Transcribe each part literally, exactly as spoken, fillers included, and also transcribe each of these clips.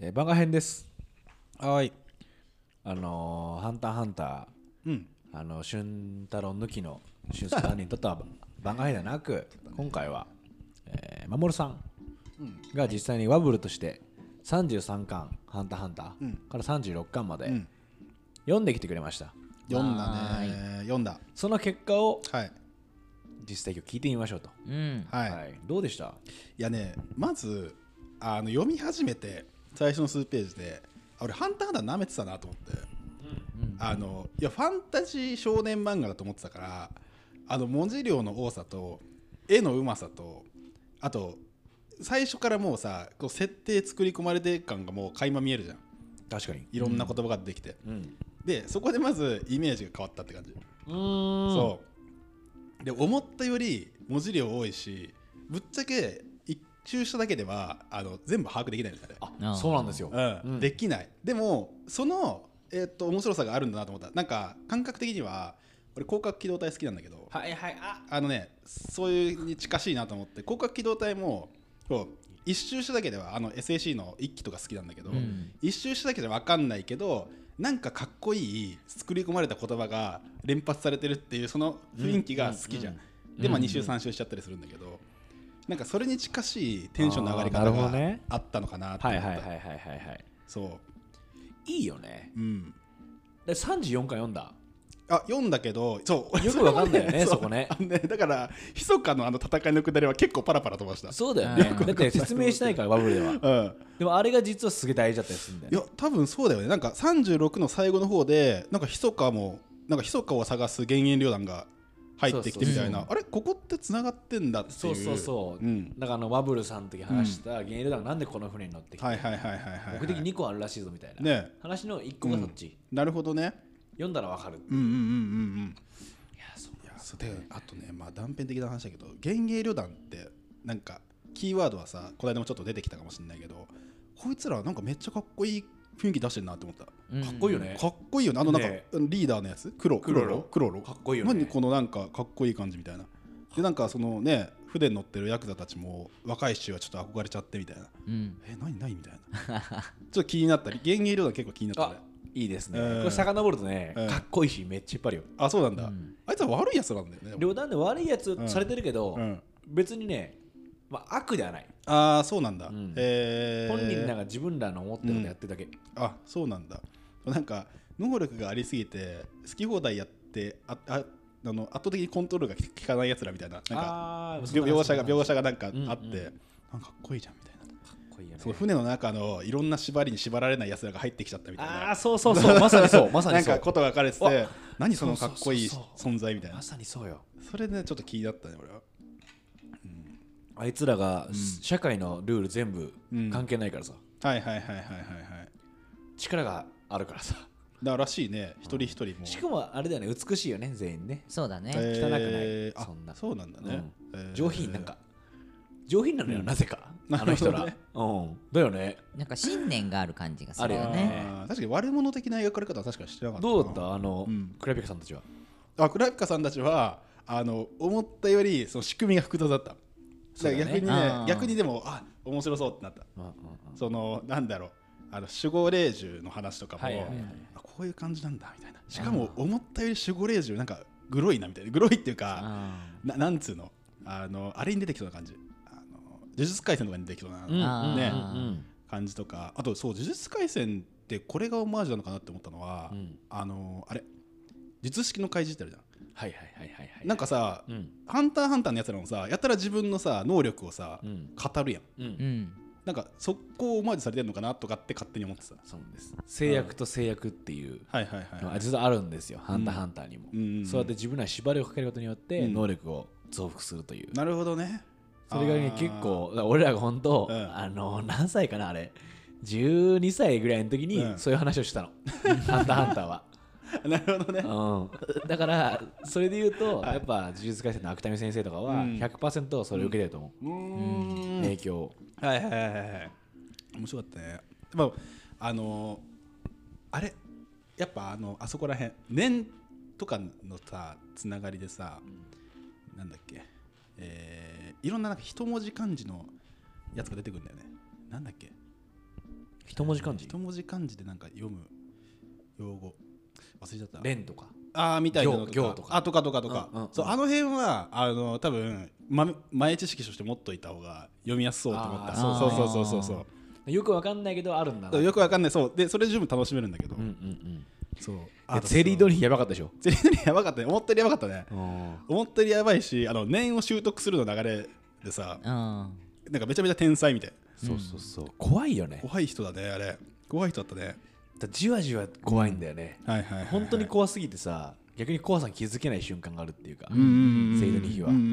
えー、番外編です。 はい。 あのー、ハンターハンター、 うん。 あの俊太郎抜きの俊介さんにとっては番外編ではなく、今回は、えー、守さんが実際にワブルとしてさんじゅうさんかんハンターハンター、うん、からさんじゅうろっかんまで、うん、読んできてくれました。 読んだね。読んだ。 その結果を、 はい、 実際今日聞いてみましょうと。 うん、 はい、 はい。どうでした？ いやね、まずあの読み始めて最初の数ページで、俺ハンターハンター舐めてたなと思って、うん、あのいやファンタジー少年漫画だと思ってたから、あの文字量の多さと絵のうまさと、あと最初からもうさ、こう設定作り込まれて感がもう垣間見えるじゃん。 確かにいろんな言葉が出てきて、うん、でそこでまずイメージが変わったって感じ。 うーん、 そうで思ったより文字量多いし、ぶっちゃけ一周しただけではあの全部把握できないんだよね。 あ、そうなんですよ、 うんうん、できない。でもその、えー、っと面白さがあるんだなと思った。なんか感覚的には俺広角機動隊好きなんだけど、 はいはい、ああのね、そういうに近しいなと思って、広角機動隊もこう一周しただけではあの エスエーシー の一期とか好きなんだけど、うん、一周しただけで分かんないけど、なんかかっこいい作り込まれた言葉が連発されてるっていうその雰囲気が好きじゃん、うんうんうん、でまあに周さん周しちゃったりするんだけど、なんかそれに近しいテンションの上がり方があったのかなって思った。 はいはいはいはいはいはい。 そういいよね。 うん。 でさんじゅうよんかん読んだ。 あ、読んだけど、そうよくわかんないよねそこね。 ね、だから密かのあの戦いのくだりは結構パラパラ飛ばした。 そうだよね。だって説明しないからバブルでは、うん、でもあれが実はすげえ大事だったりするんだよね。 いや多分そうだよね。なんかさんじゅうろくの最後の方でなんか密かもなんか密かを探す幻影旅団が入ってきてみたいな、そうそうそう、あれここってつながってんだっていう。 そうそうそう、うん、だからあのバブルさんの時話した幻影旅団がなんでこの船に乗ってきて、 はいはいはいはいはい、 目的にこあるらしいぞみたいな、ね、話のいっこがそっち、 うん、なるほどね。 読んだらわかる。 うんうんうんうんうん。いやそういやそうで、あとね、まあ断片的な話だけど、幻影旅団ってなんかキーワードはさ、この間もちょっと出てきたかもしれないけど、こいつらなんかめっちゃかっこいい雰囲気出してるなって思った。 うん、かっこいいよね。 かっこいいよね。あのなんか、ね、リーダーのやつ、クロクロロクロロかっこいいよね。 何このなんかかっこいい感じみたいな。でなんかそのね、船に乗ってるヤクザたちも若い衆はちょっと憧れちゃってみたいな。うん、え何何みたいな。ちょっと気になったり、幻影旅団結構気になったね。 いいですね、えー、これ遡るとね、えー、かっこいいしめっちゃいっぱいあるよ。 あ、そうなんだ、うん、あいつは悪いやつなんだよね。 旅団で悪いやつされてるけど、うんうん、別にね、まあ、悪ではない。 ああそうなんだ、うん、 えー、本人なんか自分らの思ってることやってるだけ、うん、 あそうなんだ。なんか能力がありすぎて好き放題やってあああの圧倒的にコントロールが効かないやつらみたいな、なんか描写が描写がなんかあって、うんうん、なんかかっこいいじゃんみたいな。その船の中のいろんな縛りに縛られない奴らが入ってきちゃったみたいな。 ああそうそうそうまさにそうまさにそうなんかことが書かれてて、何そのかっこいい存在みたいな。 まさにそうよ。 それで、ね、ちょっと気になったね俺は、 うん、あいつらが、うん、社会のルール全部関係ないからさ、 うん、はいはいはいはいはいはい、 力があるからさ。 だからしいね、一人一人も。 しかもあれだよね、美しいよね全員ね。 そうだね、 汚くない、 えー、そんなそうなんだね、 うんえー、上品なんか上品なのよ、うん、なぜかあの人ら、ね、うん、だよね。 なんか信念がある感じがするよね。 あ確かに悪者的な描かれ方は確かにしてなかったな。 どうだったあの、うん、クラピカさんたちは。 あクラピカさんたちはあの思ったよりその仕組みが複雑だった。だから逆にね、逆にでもあ面白そうってなった。そのなんだろう、あの守護霊獣の話とかも、はいはいはい、あこういう感じなんだみたいな。しかも思ったより守護霊獣なんかグロいなみたいな。グロいっていうか な, なんつうの、あのあれに出てきそうな感じ、あの呪術廻戦とかに出てきそうな、うんねうん、感じとか。あとそう呪術廻戦ってこれがオマージュなのかなって思ったのは、うん、あのあれ術式の開示ってあるじゃん。 はいはいはいはい、はい、 なんかさ、うん、ハンターハンターのやつらもさやったら自分のさ能力をさ、うん、語るやん、うん、なんかそこをオマージュされてるのかなとかって勝手に思ってた。 そうです。制約と制約っていうのは実はあるんですよ、ハンターハンターにも、うんうんうん、そうやって自分らに縛りをかけることによって能力を増幅するという、 うん、なるほどね。 それがね結構俺らが本当、うん、あの何歳かなあれじゅうにさいぐらいの時にそういう話をしたの、うん、ハンターハンターはなるほどね、 うん、だからそれで言うと、はい、やっぱ呪術廻戦の芥見先生とかは ひゃくパーセント それを受けてると思う、うんうん、影響。 はいはいはいはい面白かったね。まああのー、あれやっぱあのあそこらへん念とかのさつながりでさ、うん、なんだっけ、えー、いろんななんか一文字漢字のやつが出てくるんだよね。なんだっけ一文字漢字一文字漢字でなんか読む用語忘れちゃった。 連とかああみたいなのとか行とかあとかとかとか、 うんうんうん、 そうあの辺はあの多分、ま、前知識として持っといた方が読みやすそうと思った。そうそうそうそうそうそうよくわかんないけどあるんだな。 よくわかんない。そうでそれで十分楽しめるんだけど、 うんうんうんそうあゼリードリーやばかったでしょ。 ゼリードリーやばかったね。思ったよりやばかったね。思ったよりやばいし、あの念を習得するの流れでさ、なんかめちゃめちゃ天才みたいな。 そうそうそう、うん、怖いよね。 怖い人だねあれ。怖い人だったね。 だじわじわ怖いんだよね、 うん、はいはいはい、はい、 本当に怖すぎてさ逆に怖さに気づけない瞬間があるっていうか、 うんうんうんうん、 ゼリードリーは、 うんうんうん、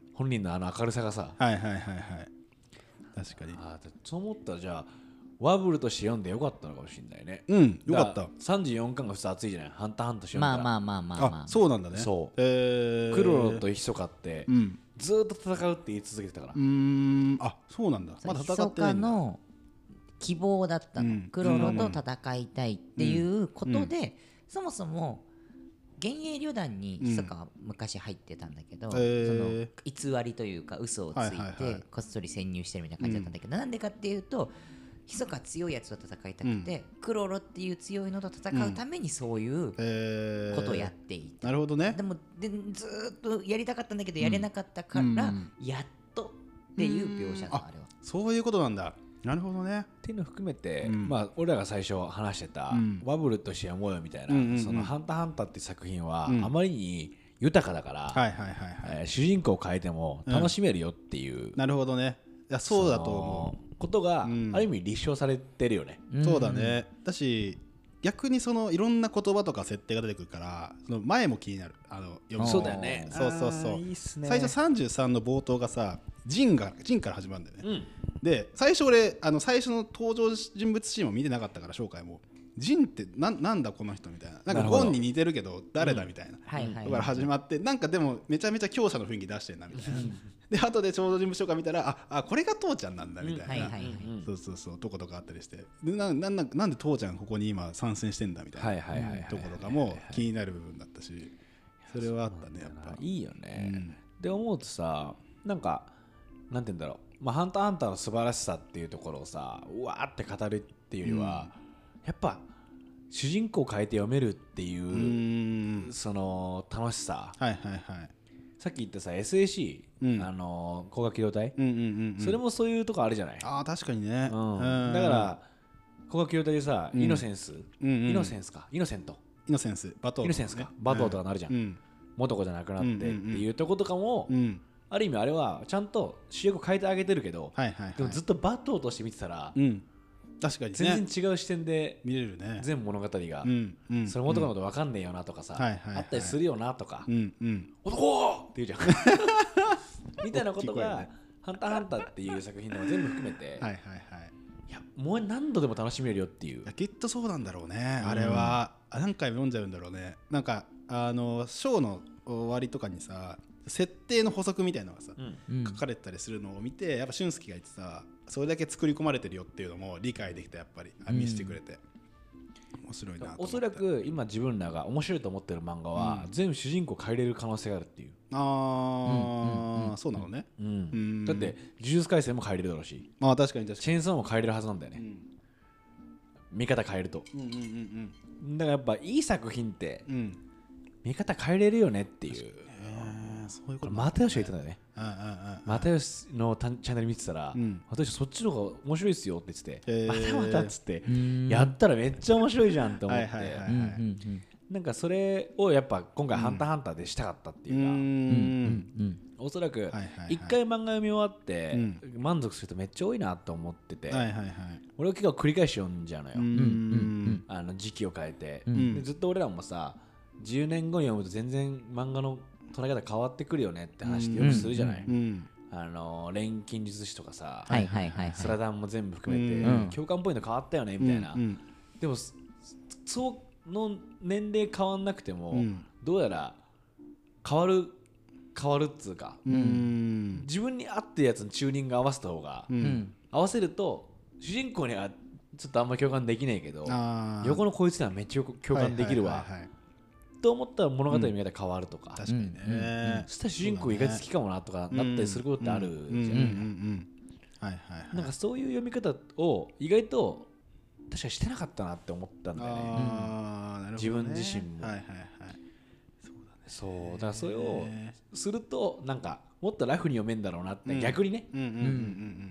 本人のあの明るさがさ、 はいはいはいはい確かに。 あそう思ったらじゃあワブルとして読んでよかったのかもしれないね。 うんよかった。 さんじゅうよんかんが普通熱いじゃない。ハンターハンターして読んだらまあまあまあまあまあ、 あそうなんだね。 そう、 えー、 クロロとヒソカって、うん、ずーっと戦うって言い続けてたから。 うーんあそうなんだ。まだ戦ってないんだ。 の希望だったの、うん、クロロと戦いたいっていうことで、うん、そもそも幻影旅団にヒソカは昔入ってたんだけど、うん、その偽りというか嘘をついてこっそり潜入してるみたいな感じだったんだけど、なんでかっていうとヒソカ強いやつと戦いたくて、うん、クロロっていう強いのと戦うためにそういうことをやっていた、うんえー、 なるほどね。 でもでずっとやりたかったんだけどやれなかったから、うん、やっとっていう描写のあれは、 そういうことなんだ。なるほどね。 っていうのを含めて、うん、まあ俺らが最初話してた、うん、ワブルとして読もうよみたいな、うんうんうん、そのハンターハンターっていう作品は、うん、あまりに豊かだから、はいはいはいはいえー、主人公を変えても楽しめるよっていう、 うん、なるほどね。いやそうだと思うことが、うん、ある意味立証されてるよね、 うん、そうだね。だし逆にそのいろんな言葉とか設定が出てくるからその前も気になる。あの読むそうだよね。 そうそうそう。 いいっすね。 最初さんじゅうさんの冒頭がさジンがジンから始まるんだよね、うん、で最初俺あの最初の登場人物シーンを見てなかったから紹介もジンってななんだこの人みたいななんかゴンに似てるけど誰だみたいな、うんはいはいはい、だから始まってなんかでもめちゃめちゃ強者の雰囲気出してんなみたいなで後で登場人物紹介見たらああこれが父ちゃんなんだみたいな、うんはいはいはい、そうそうそうとことかあったりしてで な, な, な, なんで父ちゃんここに今参戦してんだみたいなとことかも気になる部分だったしそれはあったね。やっぱいいよね、うん、で思うとさなんかなんて言うんだろう、まあ、ハンターハンターの素晴らしさっていうところをさうわーって語るっていうよりは、うん、やっぱ主人公を変えて読めるっていうその楽しさ、 はいはいはい、 さっき言ったさ エスエーシー、うん、あの光学機動隊、うんうんうんうん、それもそういうとこあるじゃない。 あ確かにね、 うん、だから光学機動隊でさ、うん、イノセンス、うんうん、イノセンスかイノセントイノセンスバトー、ね、 イノセンスかバトーとかなるじゃん、うん、元子じゃなくなってっていうとことかも、うんうんある意味あれはちゃんと主役を変えてあげてるけど、はいはいはい、でもずっとバトーとして見てたら、うん、 確かにね、 全然違う視点で見れるね。 全物語が、 うんうん、 その元のこと分かんねえよなとかさ、うん、あったりするよなとか、うんうん、男って言うじゃんみたいなことが、ね、ハンターハンターっていう作品でも全部含めてはいはい、はい、いやもう何度でも楽しめるよっていう。 いやきっとそうなんだろうね、うん、あれは何回も読んじゃうんだろうね。なんかあのショーの終わりとかにさ設定の補足みたいなのがさ、うん、書かれてたりするのを見てやっぱ俊介が言ってさそれだけ作り込まれてるよっていうのも理解できた。やっぱり見せてくれて、うん、面白いなと思って。 おそらく今自分らが面白いと思ってる漫画は、うん、全部主人公変えれる可能性があるっていう。 ああ、うんうん、そうなのね、 うんうん、だって呪術廻戦も変えれるだろうし、 あ確かに確かにチェーンソーも変えれるはずなんだよね、うん、見方変えると、うんうんうんうん、だからやっぱいい作品って、うん、見方変えれるよねっていう。そういうことね、又吉が言ってたんだよね。又吉のチャンネル見てたら、又吉そっちの方が面白いっすよって言ってて、またまたっつってやったらめっちゃ面白いじゃんって思って、なんかそれをやっぱ今回ハンターハンターでしたかったっていうか、おそらく一回漫画読み終わって満足する人めっちゃ多いなと思ってて、俺は結構繰り返し読んじゃうのよ、あの時期を変えて。ずっと俺らもさじゅうねんごに読むと全然漫画の捉え方変わってくるよねって話ってよくするじゃない、うんうん、あの錬金術師とかさ、はいはいはいはい、スラダンも全部含めて、うん、共感ポイント変わったよねみたいな、うんうん、でもその年齢変わんなくても、うん、どうやら変わる変わるっつうか、うん、自分に合ってるやつのチューニング合わせた方が、うん、合わせると主人公にはちょっとあんま共感できないけど横のこいつにはめっちゃ共感できるわ、はいはいはいはいと思ったら物語の見方変わるとか、うん、 確かにね、うん、 そしたら主人公意外と好きかもなとかなったりすることってあるじゃない。なんかそういう読み方を意外と確かにしてなかったなって思ったんだよね。 あ、なるほどね、 自分自身も。 はいはいはい。 そうだからそれをするとなんかもっとラフに読めんだろうなって、うん、逆にね、 うんうんうんうんうん、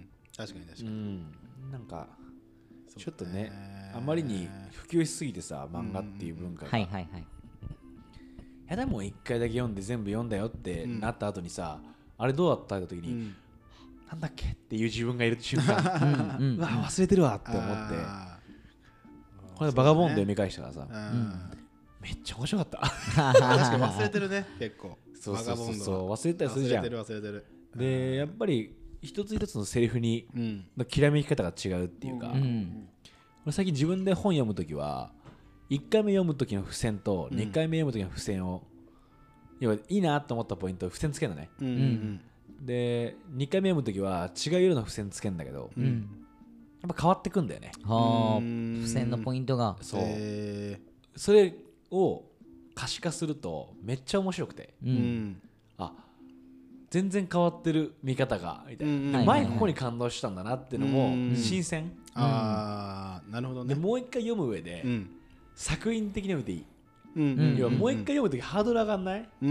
確かに確かに、うん、 なんかちょっとねあまりに普及しすぎてさ漫画っていう文化が、 はいはいはい、 やだもん一回だけ読んで全部読んだよってなった後にさ、うん、あれどうだったって時に、うん、なんだっけっていう自分がいる瞬間うわ忘れてるわって思ってこれバガボンド読み返したからさ、めっちゃ面白かった確かに忘れてるね結構。 そうそうそうそう忘れたりするじゃん。 忘れてる忘れてる。 でやっぱり一つ一つのセリフにのきらめき方が違うっていうか、うん、俺最近自分で本読むときはいっかいめ読むときの付箋とにかいめ読むときの付箋を、うん、要はいいなと思ったポイントを付箋つけるのね、うんうんうん、でにかいめ読むときは違う色の付箋つけるんだけど、うん、やっぱ変わってくんだよね。 はあ、付箋のポイントがそうそれを可視化するとめっちゃ面白くて、うん、あ全然変わってる見方がみたいな、うん、前ここに感動したんだなっていうのも新鮮、うん、 ああなるほどね。 でもう一回読む上で、うん、作品的に読めていい、うん、要はもう一回読むときハードル上がんない、うんうん、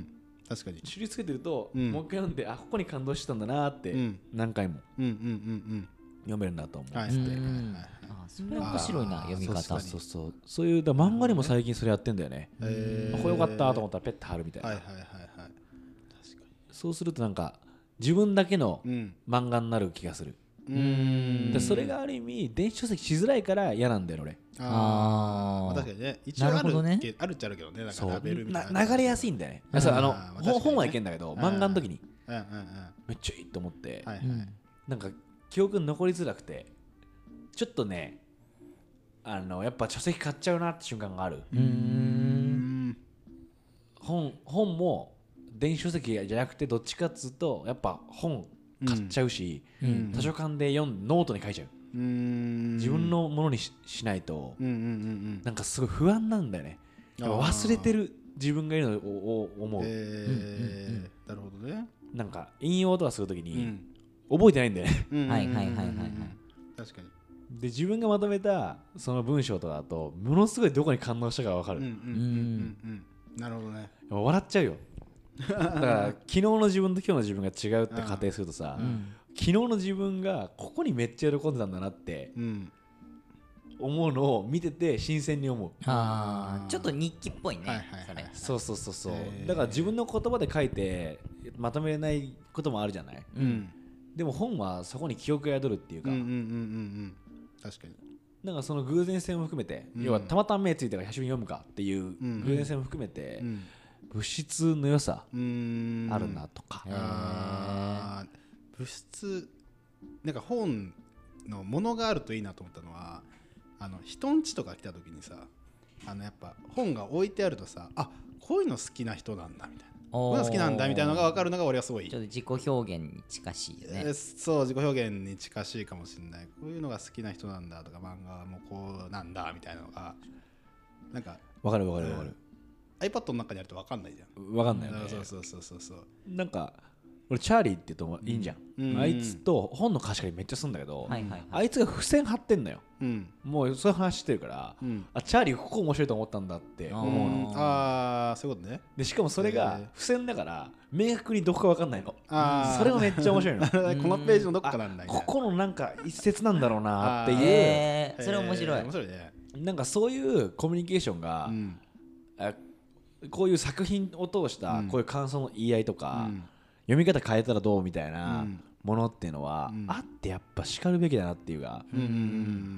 確かに印つけてると、うん、もう一回読んであここに感動したんだなって何回も読めるなと思って、うんうんうんうん、 それ面白いな読み方。 そうそうそう、そういうだ漫画にも最近それやってんだよね。あこれよかったと思ったらペッて貼るみたいな。はいはいはいはい。確かに。そうするとなんか自分だけの漫画になる気がする。うん。でそれがある意味電子書籍しづらいから嫌なんだよ俺。 ああ。確かにね。一応あるね。あるっちゃあるけどね。なんかラベルみたいな。 流れやすいんだよね。あの本はいけんだけど漫画の時にめっちゃいいと思って。なんか記憶に残りづらくて。ちょっとねあのやっぱ書籍買っちゃうなって瞬間がある。うーん 本, 本も電子書籍じゃなくてどっちかっつうとやっぱ本買っちゃうし、うん、図書館で読んノートに書いちゃう。うーん自分のものに し, しないと、うんうんうん、なんかすごい不安なんだよね。忘れてる自分がいるのを思う、えーうんうんうん、 なるほどね。 なんか引用とかするときに、うん、覚えてないんだよね、 うん、はいはいはいはいはい。 確かに。 で自分がまとめたその文章とかだとものすごいどこに感動したか分かる。うんうんうんうんうん、なるほどね。 笑っちゃうよ。だから昨日の自分と今日の自分が違うって仮定するとさ、うん、昨日の自分がここにめっちゃ喜んでたんだなって思うのを見てて新鮮に思う。 あちょっと日記っぽいね、はいはいはい、そうそうそうそう。だから自分の言葉で書いてまとめれないこともあるじゃない、うん、でも本はそこに記憶が宿るっていうか、うんうんうんうん、 確かに。 なんかその偶然性も含めて、うん、要はたまたま目ついたから久しぶりに読むかっていう偶然性も含めて、うん、物質の良さあるなとか。 あ物質なんか本のものがあるといいなと思ったのはあの人ん家とか来た時にさあのやっぱ本が置いてあるとさあこういうの好きな人なんだみたいなこういうの好きなんだみたいなのが分かるのが俺はすごいちょっと自己表現に近しいよね、 えー、そう自己表現に近しいかもしれない。こういうのが好きな人なんだとか漫画もこうなんだみたいなのがなんか分かる分かる分かる、 うん、iPad の中にあると分かんないじゃん。 分かんないよね。 そうそうそうそうそう。 なんか俺チャーリーって言うといいんじゃん、うん、あいつと本の貸し借りめっちゃするんだけど、はいはいはい、あいつが付箋貼ってんのよ、うん、もうそういう話してるから、うん、あチャーリーここ面白いと思ったんだって思うの。 ああそういうことね。 でしかもそれが付箋だから明確にどこか分かんないの。あそれもめっちゃ面白いの。 このページのどっかなんだみたいな、 ここのなんか一節なんだろうなっていう、 えー、それ面白い。 面白いね。 なんかそういうコミュニケーションが、うん、あこういう作品を通したこういう感想の言い合いとか、うん読み方変えたらどうみたいなものっていうのは、うん、あってやっぱ叱るべきだなっていうか、うんうんうん、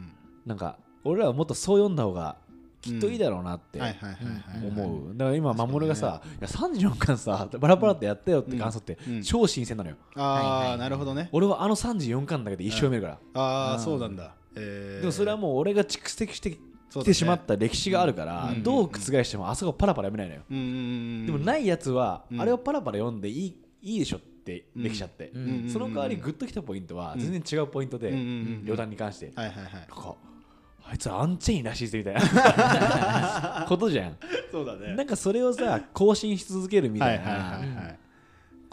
なんか俺らはもっとそう読んだ方がきっといいだろうなって思う。だから今守がさ、ね、いやさんじゅうよんかんさバラバラってやったよって感想って超新鮮なのよ、 うんうん、ああなるほどね。 俺はあのさんじゅうよんかんだけで一生読めるから、 うん、ああそうなんだ、えー、 でもそれはもう俺が蓄積して来てしまった歴史があるから、ね、どう覆してもあそこパラパラ読めないのよ、うんうんうん、でもないやつはあれをパラパラ読んでいいいいでしょってできちゃって、うん、その代わりグッときたポイントは全然違うポイントで、うん、旅団に関して、はいはいはい、なんかあいつアンチェインらしいぜみたいなことじゃん。 そうだね。 なんかそれをさ更新し続けるみたいな、はいはいはいはい、こ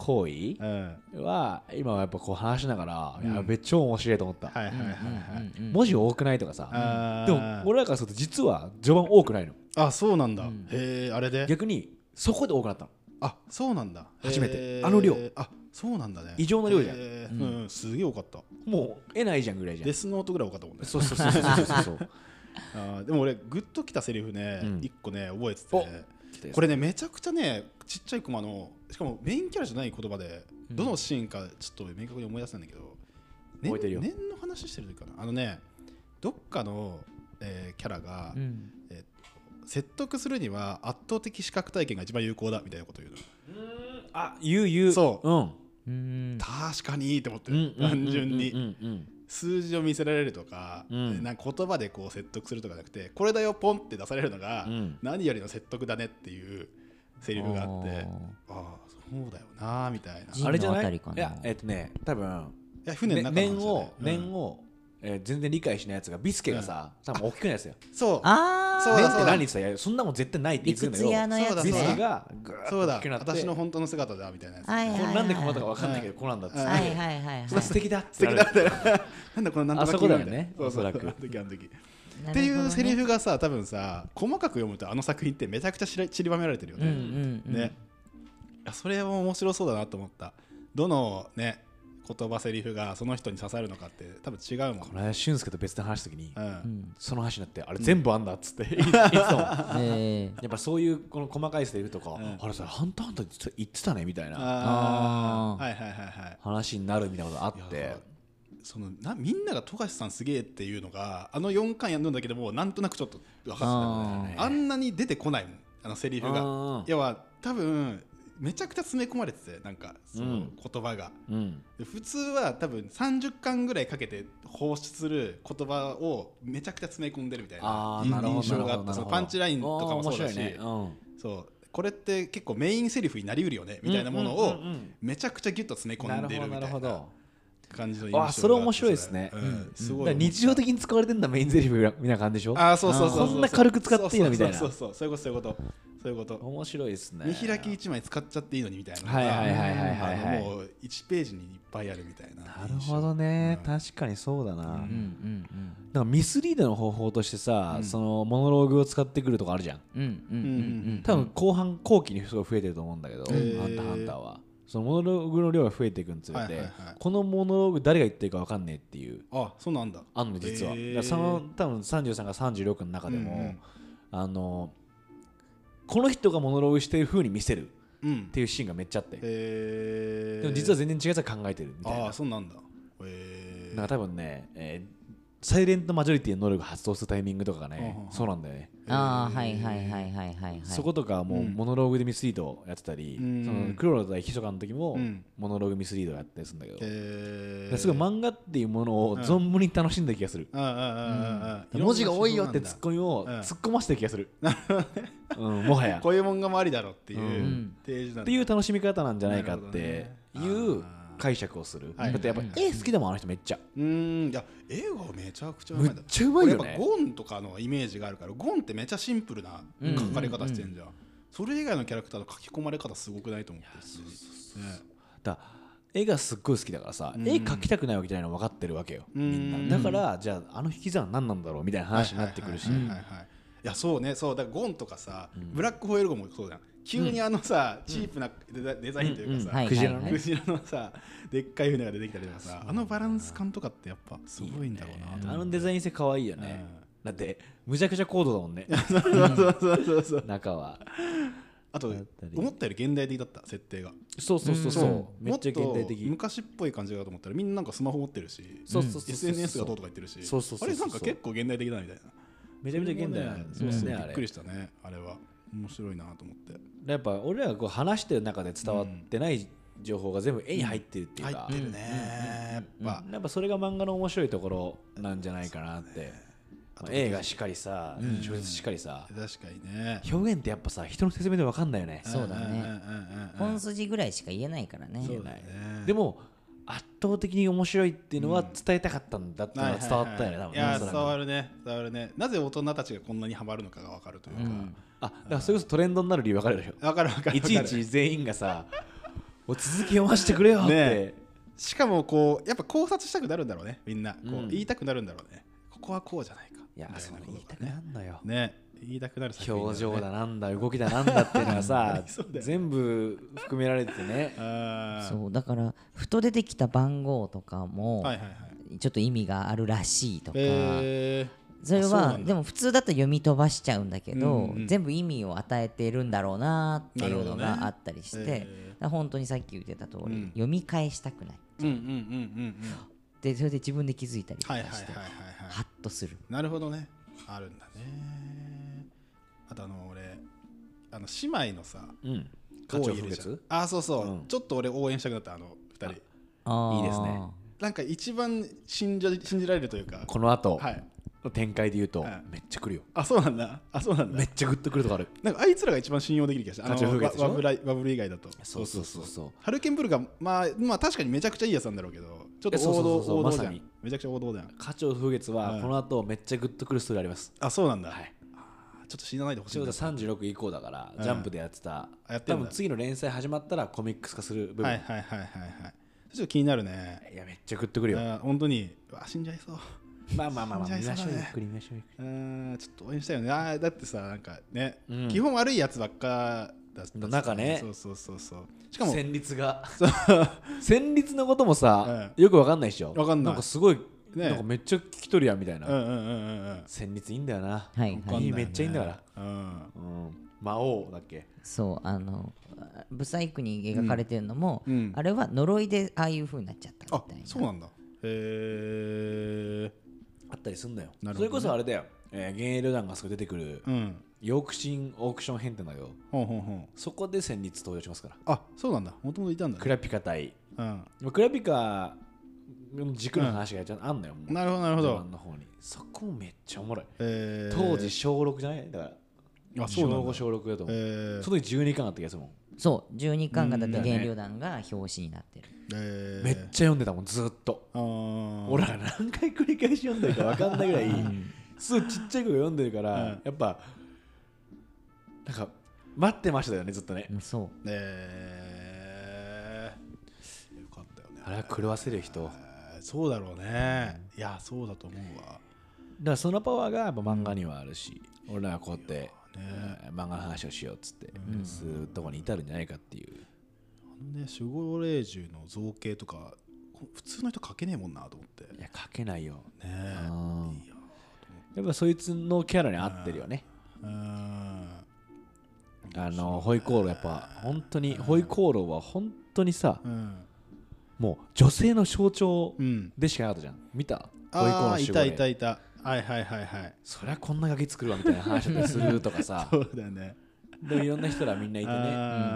行為は今はやっぱこう話しながら、うん、いやめっちゃ面白いと思った。はいはいはいはい。文字多くないとかさ。でも俺らからすると実は序盤多くないの。 あ、そうなんだ。うん、へえ、あれで。 逆にそこで多くなったの。 あ、そうなんだ。 初めて。あの量。 あ、そうなんだね。 異常な量じゃん。うんうん、すげえ多かった。 もうえないじゃんぐらいじゃん。 デスノートぐらい多かったもんね。 そうそうそうそうそう。 あ、でも俺グッときたセリフね、一、うん、個ね覚えてて、これねめちゃくちゃねちっちゃいコマの、しかもメインキャラじゃない言葉で、うん、どのシーンかちょっと明確に思い出せないんだけど、 覚えてるよ。 念の話してる時かな。あのね、どっかの、えー、キャラが、うん、えー、説得するには圧倒的視覚体験が一番有効だみたいなことを言うの。 うーん、あ、言う言う。 そう。 うん。 うん確かにって思ってる。単純に数字を見せられるとか、うん、なんか言葉でこう説得するとかじゃなくて、これだよポンって出されるのが、うん、何よりの説得だねっていうセリフがあって、ああそうだよなみたいな。 あれじゃない？いやえっとね多分いや船の中の話だね。 面を面をえー、全然理解しないやつがビスケがさ、うん、多分大きくないやつよ。 そうあそうだそうだ。 何ってさ、そんなもん絶対ないって言ってるんだよ。 理屈屋のやつね。 ビスケがグーッと大きくなって、 私の本当の姿だみたいなやつ、 はいはいはいはい、 なんでこうなったか分かんないけど、こうなんだっつって、 はいはいはいはい、 素敵だ素敵だってなんだこのなんとかあそこだよね、 おそらくあの時あの時っていうセリフがさ、多分さ細かく読むとあの作品ってめちゃくちゃ散りばめられてるよね、うんうんうん、ね、いやそれも面白そうだなと思った。どのね言葉セリフがその人に刺さるのかって多分違うもん。 この間俊介と別で話した時に、うん、その話になってあれ全部あんだっつって言ってたもん、やっぱそういうこの細かいセリフとか、うん、あれさハンターハンター言ってたねみたいなあはいはいはいはい話になるみたいなことあって、 そのなみんなが富樫さんすげえっていうのがあのよんかんやるんだけどもなんとなくちょっと分かってたんだよね。あんなに出てこないもんあのセリフが。要は多分めちゃくちゃ詰め込まれてて、なんかその言葉が、うん、普通は多分さんじゅっかんぐらいかけて放出する言葉をめちゃくちゃ詰め込んでるみたいな印象があって、そのパンチラインとかもそうだし、ね、うん、そうこれって結構メインセリフになりうるよねみたいなものをめちゃくちゃギュッと詰め込んでるみたいな感じの印象があって、 それ面白いですね、うん、すごい日常的に使われてるんだメインセリフみたいな感じでしょ。 あそうそうそうそう、 そんな軽く使っていいのみたいな。 そうそうそうそういうことそういうことそういうこと。 面白いですね。 見開きいちまい使っちゃっていいのにみたいなのが、 はいはいはいはいはい、 もういちページにいっぱいあるみたいな。 なるほどね、うん、確かにそうだな、うんうんうん、なんかミスリードの方法としてさ、うん、そのモノローグを使ってくるとこあるじゃん、うんうんうんうん、多分後半後期にすごい増えてると思うんだけど、ハンターハンターはそのモノローグの量が増えていくにつれて、はいはいはい、このモノローグ誰が言ってるか分かんねえっていう、 あそうなんだあんの実は、だその多分さんじゅうさんからさんじゅうろくの中でも、うんうん、あのこの人がモノローグしてる風に見せるっていうシーンがめっちゃあって、うん、でも実は全然違うやつが考えてるみたいな。 あそうなんだ。へなんか多分ね、えーサイレントマジョリティの能力が発動するタイミングとかがね、うん、そうなんだよね。 ああはいはいはいはいはい、 そことかもうモノローグでミスリードやってたり、うん、そのクロロ対秘書官の時もモノローグミスリードやったりするんだけど、うん、すごい漫画っていうものを存分に楽しんだ気がする、うんうん、文字が多いよってツッコミを突っ込ませた気がする、うん、もはやこういうもんがもありだろっていう、うん、 提示なんだっていう楽しみ方なんじゃないかっていう解釈をする、はい、だってやっぱ絵好きだもんあの人めっちゃ。 うんいや絵がめちゃくちゃうまいんだ。めっちゃうまいよね。 やっぱゴンとかのイメージがあるから、ゴンってめちゃシンプルな描かれ方してんじゃん、うんうんうん、それ以外のキャラクターの書き込まれ方すごくないと思って。そうそうそう、ね、だ絵がすっごい好きだからさ、うん、絵描きたくないわけじゃないの分かってるわけよ、みんな。だからじゃああの引き算何なんだろうみたいな話になってくるし、いやそうね、そうだからゴンとかさ、うん、ブラックホエールゴンもそうじゃん。急にあのさ、うん、チープなデザインというかさ、クジラのね、クジラのさでっかい船が出てきたりとかさ、あのバランス感とかってやっぱすごいんだろうな。 いいね、あのデザイン性可愛いよね、うん、だってむちゃくちゃ高度だもんねそうそうそうそう中は。 あと思ったより現代的だった設定が。 そうそうそうそう、うん、めっちゃ現代的。 昔っぽい感じだと思ったらみんななんかスマホ持ってるし、 そうそうそうそう、 エスエヌエス がどうとか言ってるし、 そうそうそうそう、 あれなんか結構現代的だみたいな。 めちゃめちゃ現代なんですね、うん、 びっくりしたねあれは。面白いなと思って。 やっぱ俺らがこう話してる中で伝わってない情報が全部絵に入ってるっていうか、 入ってるね、やっぱ、 やっぱそれが漫画の面白いところなんじゃないかなって、まあ、映画しっかりさ、小説しっかりさ、 確かにね、 表現ってやっぱさ人の説明で分かんないよね。 そうだね、本筋ぐらいしか言えないからね。 言えない。でも圧倒的に面白いっていうのは伝えたかったんだっていうのは伝わったよね、多分ね。 いや伝わるね、伝わるね。なぜ大人たちがこんなにハマるのかが分かるというか、 あ、だからそれこそトレンドになる理由分かるでしょ。 分かる分かる。 いちいち全員がさう続き読ませてくれよって、 ね、しかもこうやっぱ考察したくなるんだろうねみんなこう、 うん、 言いたくなるんだろうねここはこうじゃないかいやそう言いたくなるのよね言いたくなる作品だね、 表情だなんだ動きだなんだっていうのはさ全部含められててねあそうだからふと出てきた番号とかも、はいはいはい、ちょっと意味があるらしいとか、えー、それはでも普通だったら読み飛ばしちゃうんだけど、うんうん、全部意味を与えてるんだろうなっていうのがあったりして、ねえー、本当にさっき言ってた通り、うん、読み返したくないでそれで自分で気づいたりとかしてハッとする。 なるほどねあるんだね。あとあの俺あの姉妹のさ、うん、 課長風月あそうそう、うん、ちょっと俺応援したくなったあのふたりあいいですね。 なんか一番信じ信じられるというかこの後、はい、の展開で言うと、はい、めっちゃ来るよ。 あそうなんだあそうなんだめっちゃグッとくるとこある。 なんかあいつらが一番信用できる気がした。 課長風月でしょ。 ワブラワブル以外だとそうそうそうそうハルケンブルがまあまあ確かにめちゃくちゃいいやつなんだろうけどちょっと王道王道じゃん、ま、めちゃくちゃ王道だよ。 課長風月はこの後めっちゃグッとくるストーリーあります。 あそうなんだ、 はい、 ちょっと知らないでほしい。 ちょうどさんじゅうろく以降だから、うん、ジャンプでやってた多分次の連載始まったらコミックス化する部分。 はいはいはいはいはいちょっと気になるね。 いやめっちゃグッとくるよ本当に。わ死んじゃいそう。 まあまあまあまあ見ましょうゆっくり見ましょうゆっくり。 うんちょっと応援したいよね。あだってさなんかね、うん、基本悪いやつばっかだったなんかね。 そうそうそうそう。しかも戦慄が戦慄のこともさ、うん、よくわかんないでしょ。 わかんない。 なんかすごい、ね、なんかめっちゃ聞き取るやんみたいな。 うんうんうんうん、 戦慄いいんだよな。 はい、はい、 めっちゃいいんだから。うん。うん、魔王だっけ。 そうあのブサイクに描かれてるのも、うん、あれは呪いでああいう風になっちゃったみたいな。 あそうなんだ。へえ。 あったりすんだよ。ね、それこそあれだよ。えー、幻影旅団がそこ出てくる、うん、ヨークシンオークション編ってんだけど、ほんほんほんそこで戦慄登場しますから。 あそうなんだ。もともといたんだ、ね。 クラピカ対、うん、クラピカの軸の話があんのよ。 うん、なるほどなるほど。 の方にそこもめっちゃおもろい。えー、当時小ろくじゃないだから。あそうなんだ。小ご小ろくだと思う。えー、その時じゅうにかんあった気がするもん。 そうじゅうにかんがだって幻影旅団が表紙になってる。 えー、めっちゃ読んでたもんずっと。俺ら何回繰り返し読んでるか分かんないぐらいすごいちっちゃい子が読んでるから、うん、やっぱなんか待ってましたよねずっとね。 そう、 えー、よかったよね。 あれは狂わせる人、 えー、そうだろうね、うん、いやそうだと思うわ。だからそのパワーがやっぱ漫画にはあるし、うん、俺らがこうやって、ねえー、漫画の話をしようっつってするとこに至るんじゃないかっていう。 ね、守護霊獣の造形とか普通の人描けねえもんなと思って。 いや描けないよ、 ね、えいいやっぱそいつのキャラに合ってるよね。あのホイコーローやっぱ本当にホイコーローは本当にさ、うん、もう女性の象徴でしかなかったじゃん。見た？ホイコーローの守護霊。 いたいたいた。はいはいはいはい。 そりゃこんなガキ作るわみたいな話だったりするとかさ。 そうだよね。 でいろんな人らみんないてね、うん、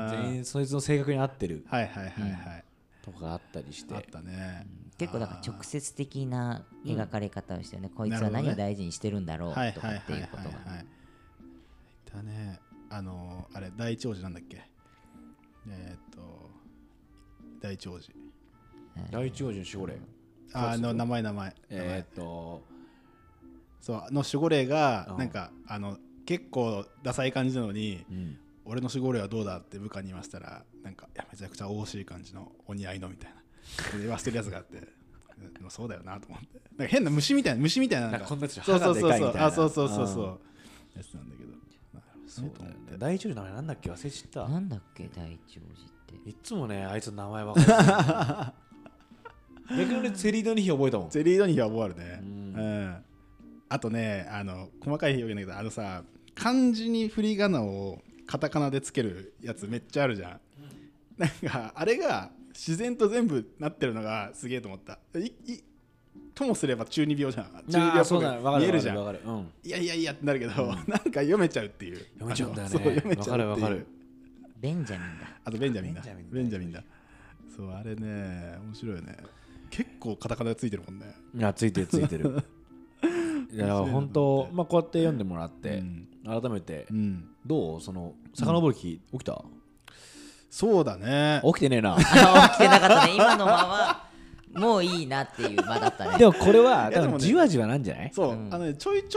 全員そいつの性格に合ってる、 はいはいはいはい、うん、 とかあったりしてあったね、 うん、結構だから直接的な描かれ方をしてね、うん、こいつは何を大事にしてるんだろうとかっていうことがいたね。あのー、あれ大長寿なんだっけえー、っと大長寿大長寿の守護霊あの名前名前えー、っとそうの守護霊がなんかあの結構ダサい感じなのに、うん、俺の守護霊はどうだって部下に言いましたらなんかいやめちゃくちゃ惜しい感じのお似合いのみたいな言わせてるやつがあってでもそうだよなと思ってなんか変な虫みたいな虫みたいななんかこんなやつそうそうそうそうあそうそうそうそうやつなんだけどそうだよね。大長寿の名前なんだっけ忘れちゃった。 なんだっけ大長寿っていつもねあいつの名前分かる逆に俺セリードニヒ覚えたもん。 セリードニヒは覚えるね、うんうん、あとねあの細かい表現だけどあのさ漢字に振り仮名をカタカナでつけるやつめっちゃあるじゃん、うん、なんかあれが自然と全部なってるのがすげえと思った。いいともすれば中二病じゃん。中二病っぽく見えるじゃん、うん、いやいやいやってなるけど、うん、なんか読めちゃうっていう読めちゃうんだよね。 そう読めちゃうっていう。 わかるわかる。 ベンジャミンだ。 あとベンジャミンだベンジャミンだ。そうあれね面白いよね。結構カタカナついてるもんね。 いやついてるついてるいや本当、まあ、こうやって読んでもらって、うん、改めて、うん、どうその遡る気起きた？ そうだね。 起きてねえな。 起きてなかったね。今のままもういいなっていう間だったね。 でもこれは多分じわじわなんじゃない？ そう、うん、あのねちょいちょい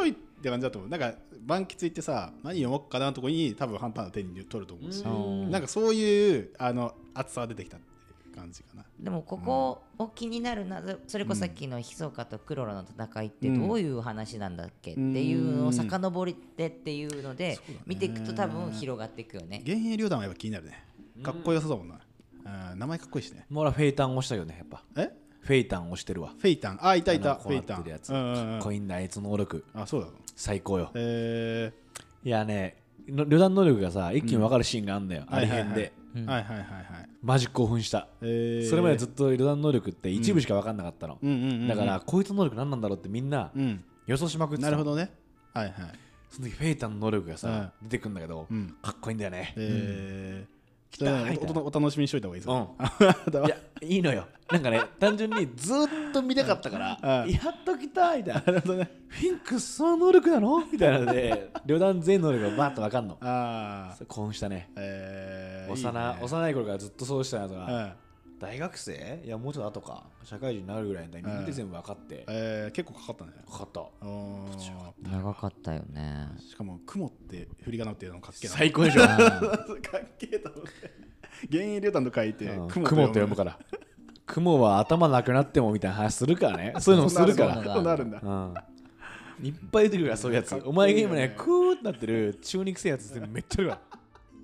って感じだと思う。なんか満喫行ってさ何読もうかなのとこに多分ハンターの手に取ると思うし、なんかそういうあの熱さが出てきたっていう感じかな。 でもここを気になるな、それこそさっきのひそかとクロロの戦いってどういう話なんだっけっていうのを遡ってっていうので見ていくと多分広がっていくよね。 幻影旅団はやっぱ気になるね。かっこよさそうだもんな。あ名前かっこいいしね。 もう俺はフェイタン押したよねやっぱ。 えフェイタン押してるわ。 フェイタン、あいたいたフフェイタン。 やつかっこいいんだあいつの能力。 あそうだの。 最高よ。 えいやね旅団能力がさ一気に分かるシーンがあんだよ、あれ辺で。 はいはいはいはい。 マジ興奮した、えー、それまでずっと旅団能力って一部しか分かんなかったの、うん、だからこいつの能力何なんだろうってみんな予想しまくってた、 なるほどね。はいはい。 その時フェイタンの能力がさ、うん、出てくるんだけど、うん、かっこいいんだよね。えーきたお, お楽しみにしといた方がいいですよ、 うん、いやいいのよ。なんかね単純にずっと見たかったからやっと来たみたいな。なるほどね。フィンクその能力なのみたいなので旅団全能力がバッと分かんの。ああ興奮したね、えー、幼, いいね幼い頃からずっとそうしたやつが、うん大学生いやもうちょっと後か社会人になるぐらいのタイミングで全部分かって、 えー、結構かかったね。 かかった長かったよね。 しかも雲って振り仮名っていうのかっけえな。 最高でしょかっけえと思って幻影旅団と書いて雲と読むから雲は頭なくなってもみたいな話するからね。そういうのもするからそうなるんだ、うん、 いっぱい出てくるからそういうやつ。お前が今ねクーってなってる中肉性やつめっちゃいるから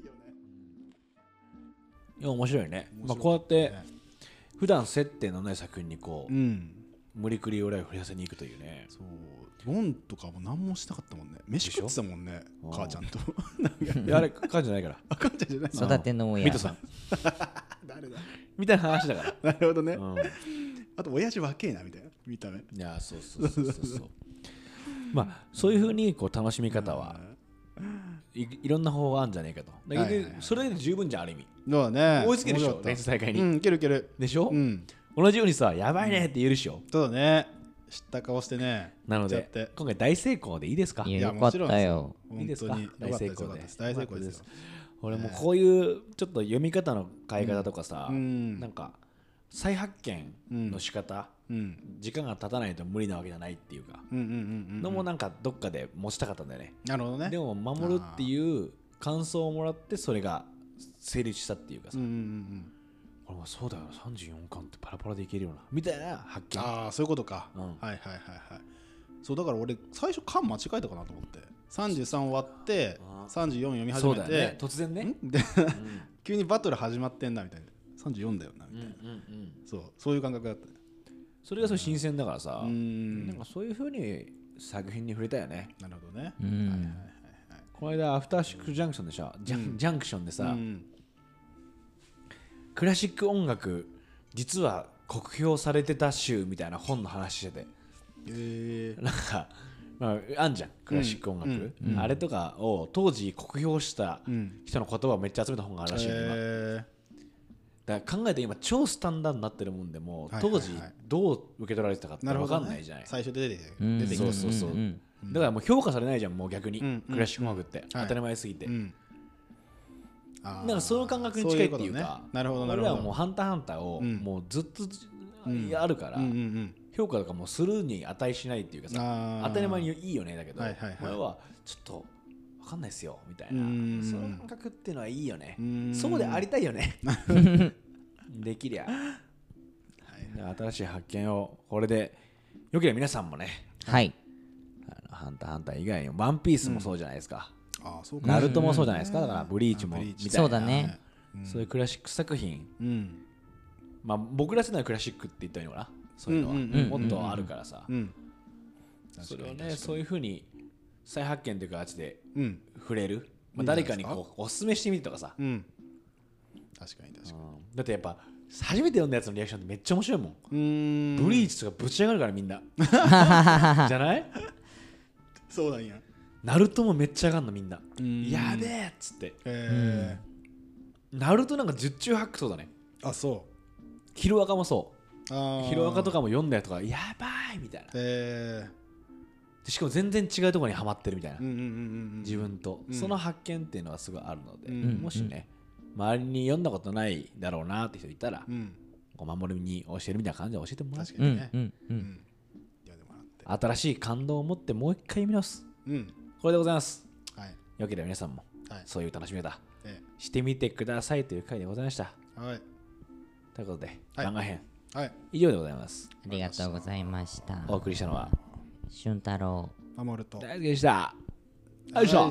いや面白いね。まあ、こうやって普段接点のない作品にこう、うん、無理くり俺らを振り寄せに行くというね。 そうボンとかも何もしたかったもんね。飯食ってたもんね母ちゃんと。 いやあれ母ちゃんじゃないからあ母ちゃんじゃない育ての親ミトさん誰だみたいな話だからなるほどね、うん、あと親父若えなみたいな見た目。いやそうそうそうそうそうまあそういうふうにこう楽しみ方は、い, いろんな方法あるんじゃないかと。だけど、はいはいはい、それで十分じゃんある意味。 そうね。 追いつけるでしょ連載大会に。 うんいけるいけるでしょ、うん、同じようにさやばいねって言えるでしょ、うん、 そうだね。知った顔してね。 なので今回大成功でいいですか。 いやよかったよ。 いいですか大成功で。 大成功ですよ。 俺もこういうちょっと読み方の変え方とかさ、うん、なんか再発見の仕方、うん、時間が経たないと無理なわけじゃないっていうかのもなんかどっかで持ちたかったんだよね。 なるほどね。 でも守るっていう感想をもらってそれが成立したっていうかさ、うんうんうん、俺もそうだよなさんじゅうよんかんってパラパラでいけるようなみたいな発見。 ああそういうことか、うん、はいはいはいはい。そうだから俺最初巻間違えたかなと思ってさんじゅうさん終わってさんじゅうよん読み始めて、 ね、突然ねで、うん、急にバトル始まってんなみたいなさんじゅうよんだよなみたいな、うんうんうん、そうそういう感覚だった。 それがそれ新鮮だからさ、うん、なんかそういう風に作品に触れたよね。 なるほどね、 うんはいはいはいはい、この間アフターシックスジャンクションでさ、うん、ジ, ャジャンクションでさ、うん、クラシック音楽実は酷評されてた集みたいな本の話してて、えー、なんかまあ、あんじゃんクラシック音楽、うんうん、あれとかを当時酷評した人の言葉をめっちゃ集めた本があるらしいよ、えー、だから考えて今超スタンダードになってるもんでも、はいはいはい、当時どう受け取られてたかって分かんないじゃない、 ね、最初で出て出てきて、そうそうそう、うん、だからもう評価されないじゃんもう逆に、うん、クラシック音楽って、うん、当たり前すぎて、はい、だからその感覚に近いっていうか、ういうね、 なるほどなるほど。 俺らはもうハンターハンターをもうずっとあるから、うんうんうんうん評価とかもするに値しないっていうかさ当たり前にいいよねだけど、はいはいはい、俺はちょっと分かんないっすよみたいなその感覚っていうのはいいよね。そうでありたいよねできりゃ、はい、新しい発見をこれでよければ皆さんもね、 はい、 あのハンターハンター以外にもワンピースもそうじゃないですか、 うん、あそうかナルトもそうじゃないですか。だからブリーチもみたいなそうだね、 うん、そういうクラシック作品、うん、まあ僕ら世代のクラシックって言ったらいいのかなそういうのはもっとあるからさ、それをねそういう風に再発見という形で触れる、まあ、誰かにこうおすすめしてみるとかさ、うん、 確かに確かに、うん、 だってやっぱ初めて読んだやつのリアクションってめっちゃ面白いもん。うーんブリーチとかぶち上がるからみんなじゃないそうなんや。 ナルトもめっちゃ上がるのみんなやべえっつって、えー、ナルトなんか十中八九そうだね。 あそうヒロアカもそうヒロアカとかも読んだやとかやばいみたいな、えー、でしかも全然違うところにはまってるみたいな、うんうんうんうん、自分と、うん、その発見っていうのはすごいあるので、うん、もしね周りに読んだことないだろうなって人いたら、うん、お守りに教えるみたいな感じで教えてもらって、ねうんうんうん、新しい感動を持ってもう一回見直すうん、 これでございます。 はい、 よければ皆さんも、 はい、 そういう楽しみ方、 ええ、 してみてくださいという回でございました。 はい、 ということで、 はい、 漫画編、 はい、 以上でございます。 ありがとうございました。 お送りしたのは俊太郎、 守ると大好きでした。よいしょ。